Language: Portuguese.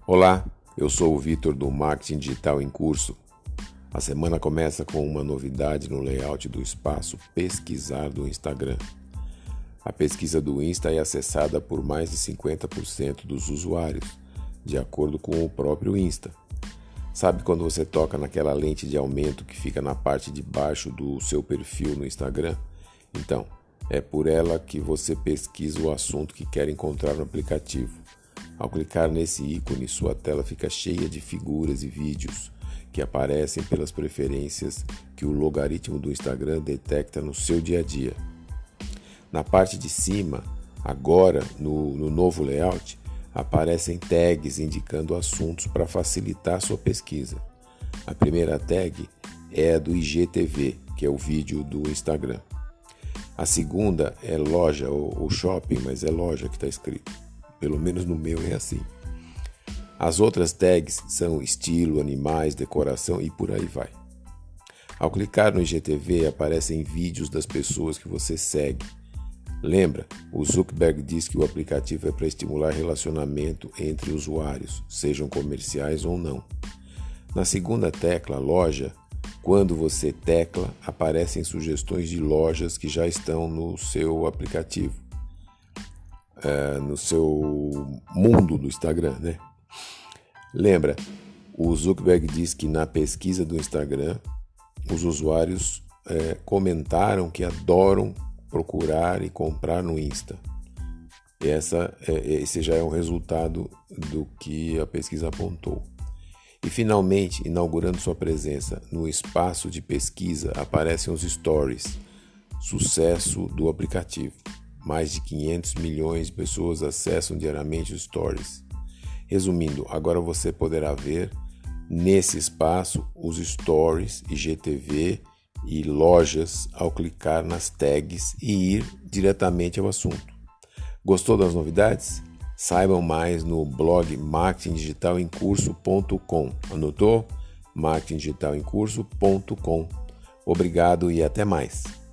Olá, eu sou o Vitor do Marketing Digital em Curso. A semana começa com uma novidade no layout do espaço Pesquisar do Instagram. A pesquisa do Insta é acessada por mais de 50% dos usuários, de acordo com o próprio Insta. Sabe quando você toca naquela lente de aumento que fica na parte de baixo do seu perfil no Instagram? Então, é por ela que você pesquisa o assunto que quer encontrar no aplicativo. Ao clicar nesse ícone, sua tela fica cheia de figuras e vídeos que aparecem pelas preferências que o logaritmo do Instagram detecta no seu dia a dia. Na parte de cima, agora no novo layout, aparecem tags indicando assuntos para facilitar sua pesquisa. A primeira tag é a do IGTV, que é o vídeo do Instagram. A segunda é loja ou shopping, mas é loja que está escrito. Pelo menos no meu é assim. As outras tags são estilo, animais, decoração e por aí vai. Ao clicar no IGTV, aparecem vídeos das pessoas que você segue. Lembra, o Zuckerberg diz que o aplicativo é para estimular relacionamento entre usuários, sejam comerciais ou não. Na segunda tecla, loja, quando você tecla, aparecem sugestões de lojas que já estão no seu aplicativo, no seu mundo do Instagram, né? Lembra, o Zuckerberg diz que na pesquisa do Instagram, os usuários comentaram que adoram procurar e comprar no Insta. Esse já é o resultado do que a pesquisa apontou. E finalmente, inaugurando sua presença no espaço de pesquisa, aparecem os stories, sucesso do aplicativo. Mais de 500 milhões de pessoas acessam diariamente os stories. Resumindo, agora você poderá ver nesse espaço os stories, IGTV e lojas ao clicar nas tags e ir diretamente ao assunto. Gostou das novidades? Saibam mais no blog marketingdigitalemcurso.com. Anotou? marketingdigitalemcurso.com. Obrigado e até mais.